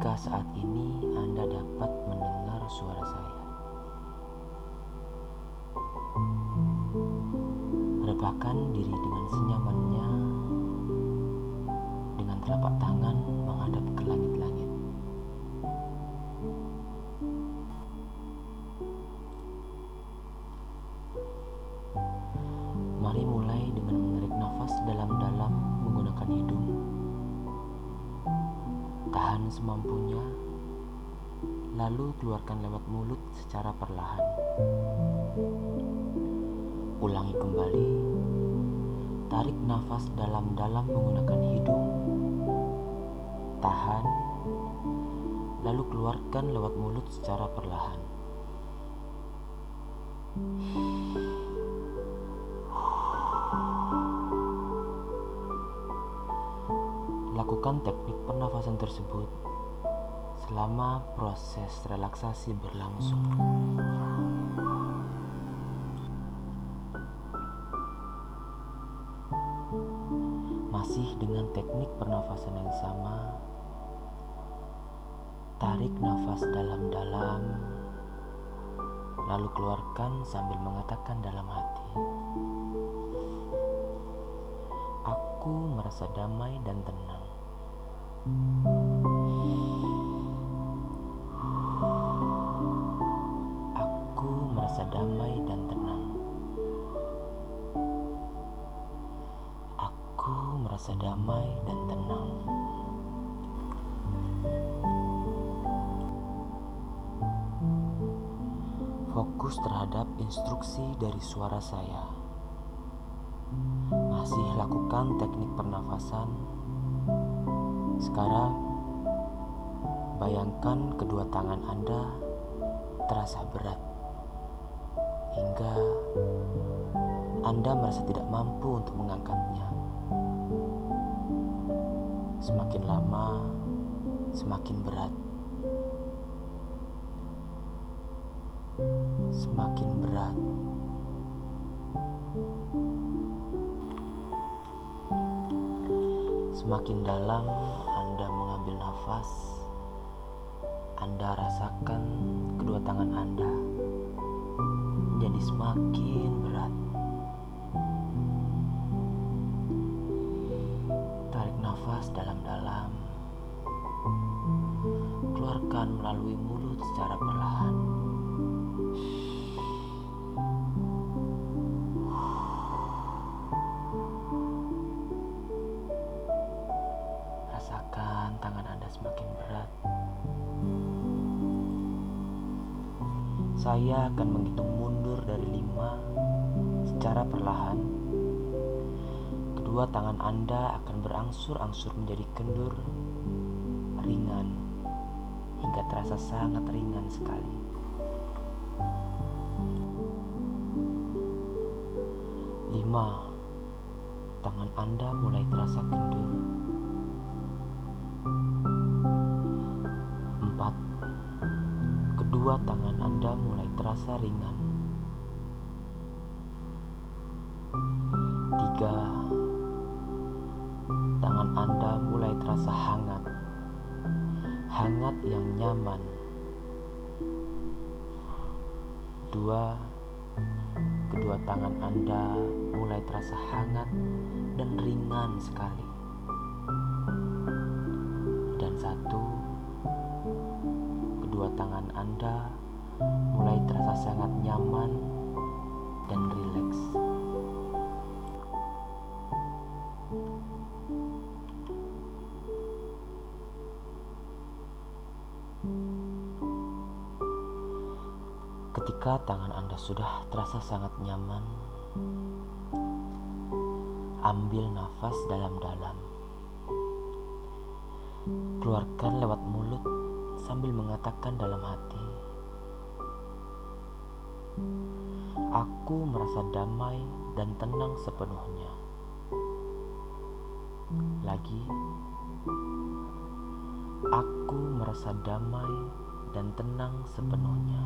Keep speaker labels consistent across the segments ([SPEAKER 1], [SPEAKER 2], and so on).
[SPEAKER 1] Jika saat ini Anda dapat mendengar suara saya, rebahkan diri dengan senyamannya, dengan telapak tangan menghadap ke langit-langit. Mari mulai dengan menarik nafas dalam-dalam menggunakan hidung. Tahan semampunya, lalu keluarkan lewat mulut secara perlahan. Ulangi kembali, tarik nafas dalam-dalam menggunakan hidung. Tahan, lalu keluarkan lewat mulut secara perlahan. Lakukan teknik pernafasan tersebut selama proses relaksasi berlangsung. Masih dengan teknik pernafasan yang sama, tarik nafas dalam-dalam, lalu keluarkan sambil mengatakan dalam hati, "Aku merasa damai dan tenang." Aku merasa damai dan tenang. Aku merasa damai dan tenang. Fokus terhadap instruksi dari suara saya. Masih lakukan teknik pernafasan. Sekarang, bayangkan kedua tangan Anda terasa berat, hingga Anda merasa tidak mampu untuk mengangkatnya. Semakin lama, semakin berat. Semakin berat. Semakin dalam Anda mengambil nafas, Anda rasakan kedua tangan Anda menjadi semakin berat. Tarik nafas dalam-dalam, keluarkan melalui mulut secara perlahan. Rasakan tangan Anda semakin berat. Saya akan menghitung mundur dari 5 secara perlahan. Kedua tangan Anda akan berangsur-angsur menjadi kendur, ringan, hingga terasa sangat ringan sekali. 5. Tangan Anda mulai terasa kendur. 4. Kedua tangan Anda mulai terasa ringan. 3. Tangan Anda mulai terasa hangat. Hangat yang nyaman. 2. Kedua tangan Anda mulai terasa hangat dan ringan sekali. Dan 1. Kedua tangan Anda mulai terasa sangat nyaman dan rileks. Ketika tangan Anda sudah terasa sangat nyaman, ambil nafas dalam-dalam. Keluarkan lewat mulut sambil mengatakan dalam hati, "Aku merasa damai dan tenang sepenuhnya." Lagi, "Aku merasa damai dan tenang sepenuhnya."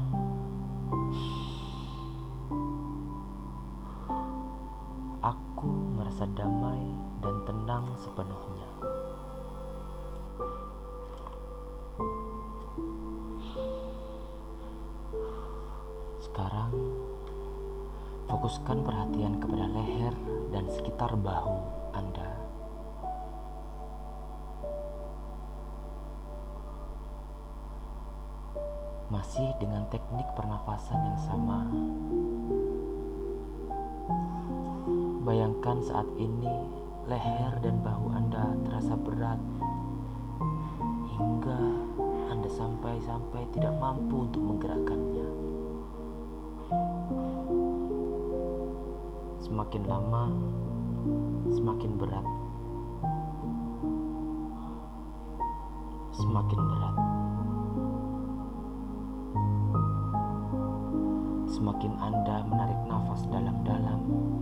[SPEAKER 1] Aku merasa damai dan tenang sepenuhnya. Fokuskan perhatian kepada leher dan sekitar bahu Anda. Masih dengan teknik pernafasan yang sama. Bayangkan saat ini leher dan bahu Anda terasa berat hingga Anda sampai tidak mampu untuk menggerakkannya. Semakin lama, semakin berat. Semakin berat. Semakin Anda menarik nafas dalam-dalam,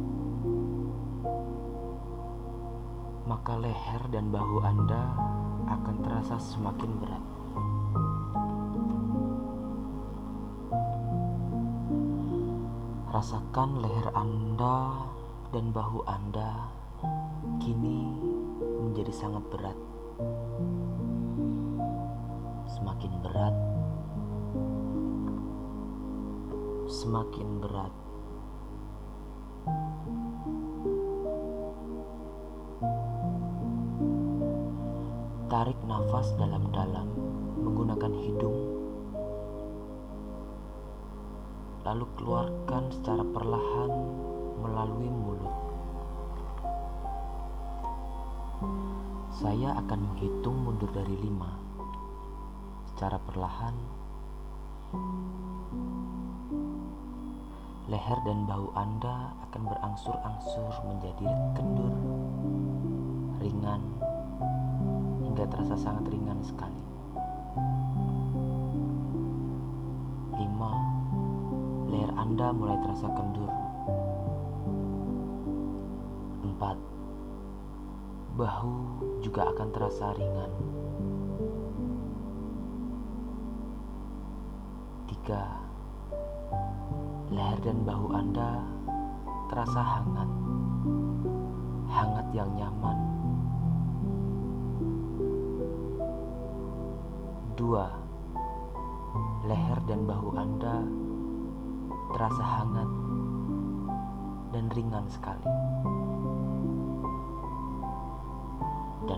[SPEAKER 1] maka leher dan bahu Anda akan terasa semakin berat. Rasakan leher Anda dan bahu Anda kini menjadi sangat berat. Semakin berat, semakin berat. Tarik nafas dalam-dalam menggunakan hidung, lalu keluarkan secara perlahan melalui mulut. Saya akan menghitung mundur dari 5. Secara perlahan, leher dan bahu Anda akan berangsur-angsur menjadi kendur, ringan, hingga terasa sangat ringan sekali. 5. Leher Anda mulai terasa kendur. 4. Bahu juga akan terasa ringan. 3. Leher dan bahu Anda terasa hangat. Hangat yang nyaman. 2. Leher dan bahu Anda terasa hangat dan ringan sekali. Dan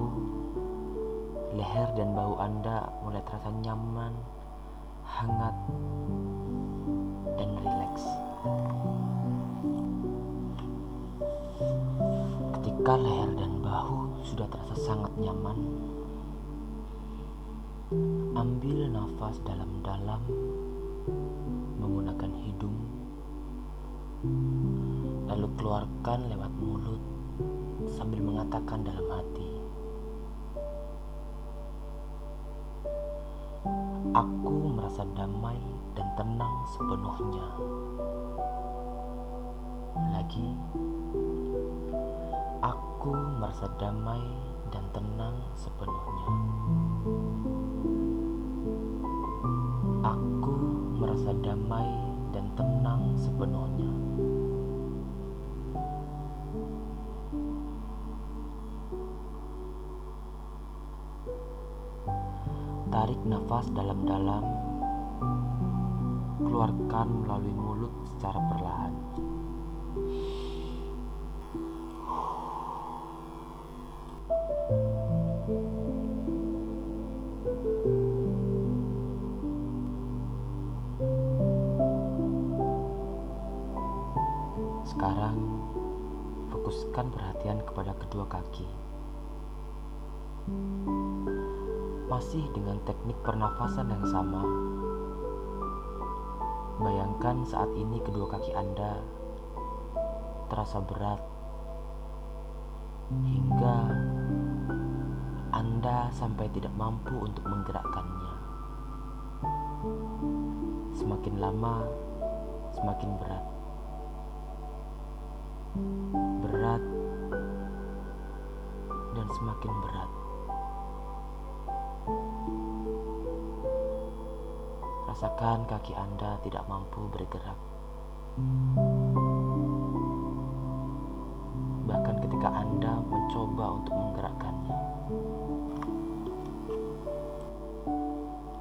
[SPEAKER 1] 1. Leher dan bahu Anda mulai terasa nyaman, hangat, dan rileks. Ketika leher dan bahu sudah terasa sangat nyaman, ambil nafas dalam-dalam menggunakan hidung, lalu keluarkan lewat mulut sambil mengatakan dalam hati, "Aku merasa damai dan tenang sepenuhnya." Lagi, "Aku merasa damai dan tenang sepenuhnya." Aku merasa damai dan tenang sepenuhnya. Tarik nafas dalam-dalam, keluarkan melalui mulut secara perlahan. Sekarang, fokuskan perhatian kepada kedua kaki. Masih dengan teknik pernafasan yang sama, bayangkan saat ini kedua kaki Anda terasa berat hingga Anda sampai tidak mampu untuk menggerakkannya. Semakin lama, semakin berat. Berat dan semakin berat. Rasakan kaki Anda tidak mampu bergerak. Bahkan ketika Anda mencoba untuk menggerakkannya.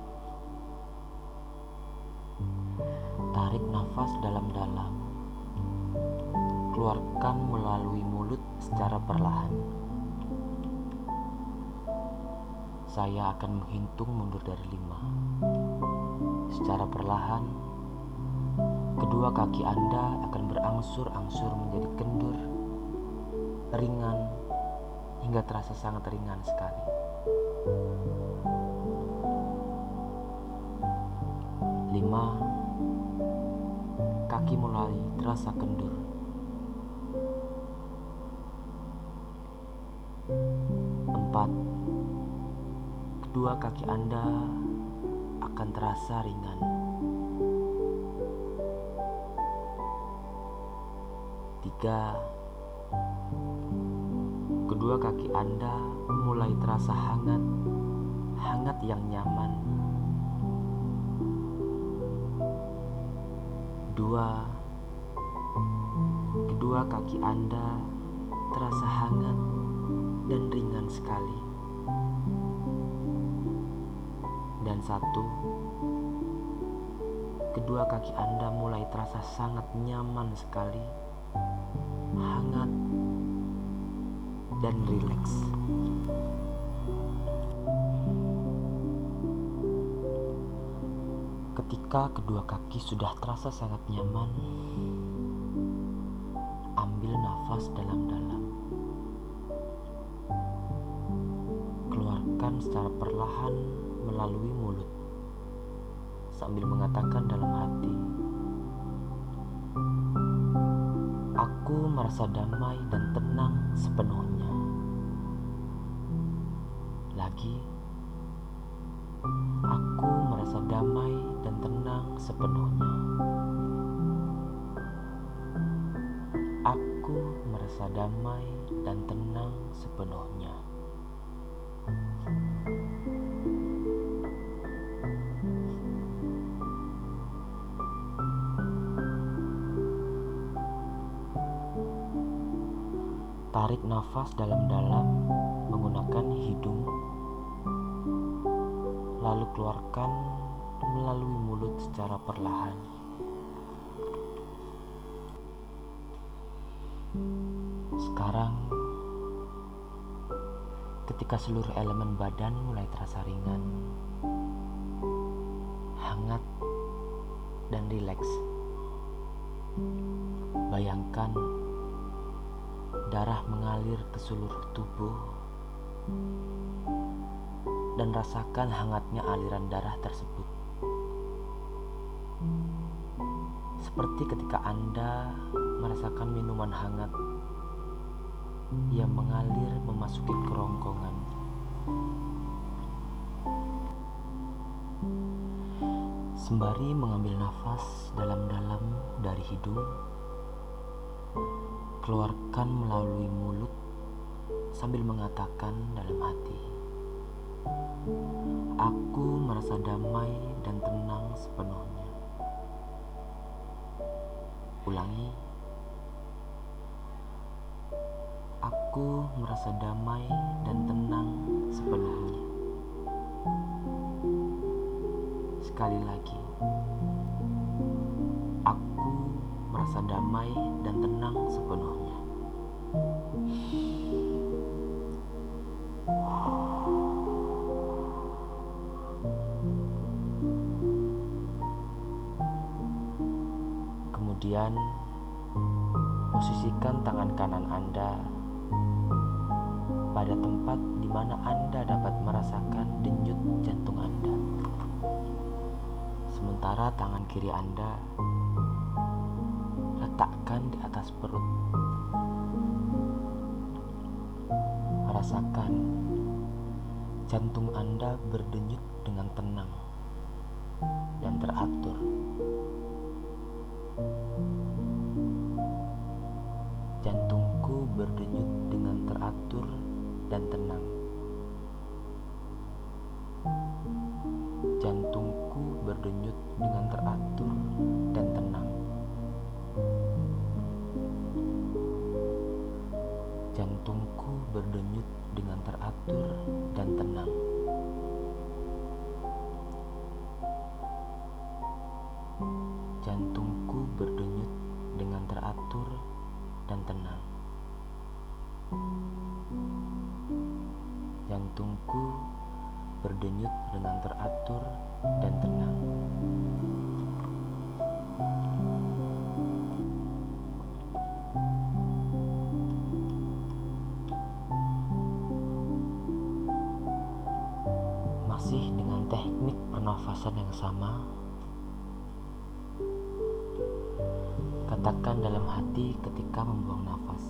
[SPEAKER 1] Tarik nafas dalam-dalam keluarkan melalui mulut secara perlahan. Saya akan menghitung mundur dari 5. Secara perlahan, kedua kaki Anda akan berangsur-angsur menjadi kendur, ringan, hingga terasa sangat ringan sekali. 5. Kaki mulai terasa kendur. 4. Kedua kaki Anda akan terasa ringan. 3. Kedua kaki Anda mulai terasa hangat yang nyaman. 2. Kedua kaki Anda terasa hangat dan ringan sekali. Dan 1. Kedua kaki Anda mulai terasa sangat nyaman sekali, hangat dan rileks. Ketika kedua kaki sudah terasa sangat nyaman, ambil nafas dalam-dalam. Keluarkan secara perlahan melalui mulut, sambil mengatakan dalam hati, "Aku merasa damai dan tenang sepenuhnya." Lagi, "Aku merasa damai dan tenang sepenuhnya." Aku merasa damai dan tenang sepenuhnya. Tarik nafas dalam-dalam menggunakan hidung, lalu keluarkan melalui mulut secara perlahan. Sekarang, ketika seluruh elemen badan mulai terasa ringan, hangat, dan rileks, bayangkan darah mengalir ke seluruh tubuh dan rasakan hangatnya aliran darah tersebut. Seperti ketika Anda merasakan minuman hangat yang mengalir memasuki kerongkongan. Sembari mengambil nafas dalam-dalam dari hidung, keluarkan melalui mulut sambil mengatakan dalam hati, "Aku merasa damai dan tenang sepenuhnya." Ulangi, "Aku merasa damai dan tenang sepenuhnya." Sekali lagi, "Aku merasa damai dan tenang sepenuhnya." Kemudian, posisikan tangan kanan Anda pada tempat di mana Anda dapat merasakan denyut jantung Anda. Sementara tangan kiri Anda letakkan di atas perut. Rasakan jantung Anda berdenyut dengan tenang dan teratur. Jantungku berdenyut dengan teratur dan tenang. Jantungku berdenyut dengan teratur dan tenang. Jantungku berdenyut dengan teratur dan tenang. Jantungku berdenyut dengan teratur dan berdenyut dengan teratur dan tenang. Masih dengan teknik pernafasan yang sama, katakan dalam hati ketika membuang nafas,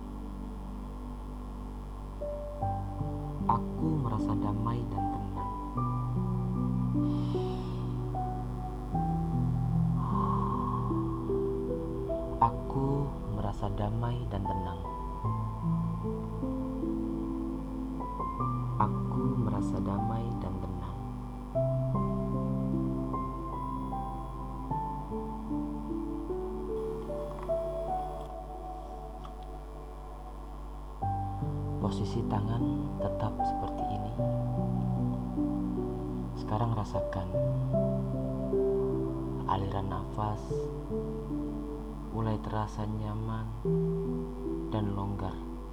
[SPEAKER 1] aku merasa damai dan tenang. Aku merasa damai dan tenang. Aku merasa damai dan tenang. Posisi tangan tetap seperti ini. Sekarang rasakan aliran nafas mulai terasa nyaman dan longgar.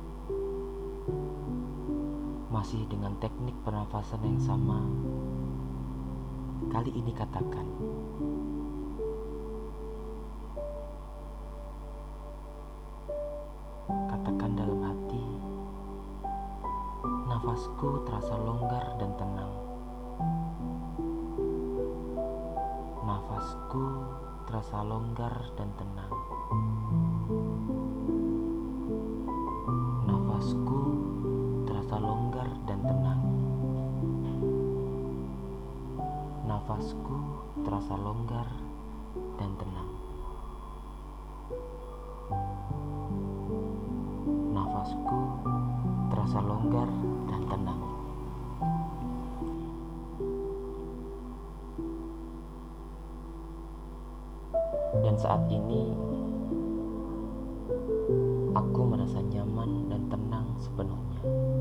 [SPEAKER 1] Masih dengan teknik pernafasan yang sama, kali ini katakan, dalam hati, nafasku terasa longgar dan tenang. Nafasku terasa longgar dan tenang. Nafasku terasa longgar dan tenang. Nafasku terasa longgar dan tenang. Nafasku terasa longgar dan tenang. Dan saat ini aku merasa nyaman dan tenang sepenuhnya.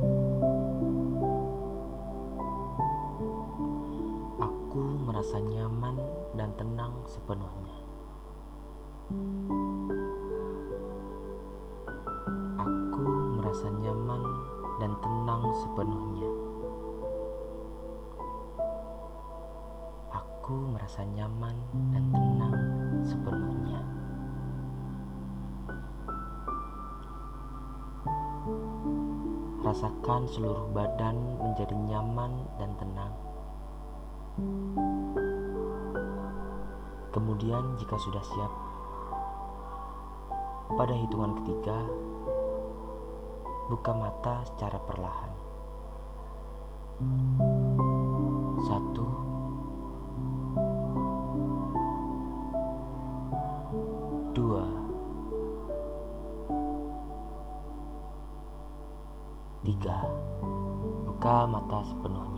[SPEAKER 1] Aku merasa nyaman dan tenang sepenuhnya. Aku merasa nyaman dan tenang sepenuhnya. Aku merasa nyaman dan tenang sepenuhnya. Rasakan seluruh badan menjadi nyaman dan tenang. Kemudian jika sudah siap, pada hitungan ketiga, buka mata secara perlahan. 1, 2, 3. Buka mata sepenuhnya.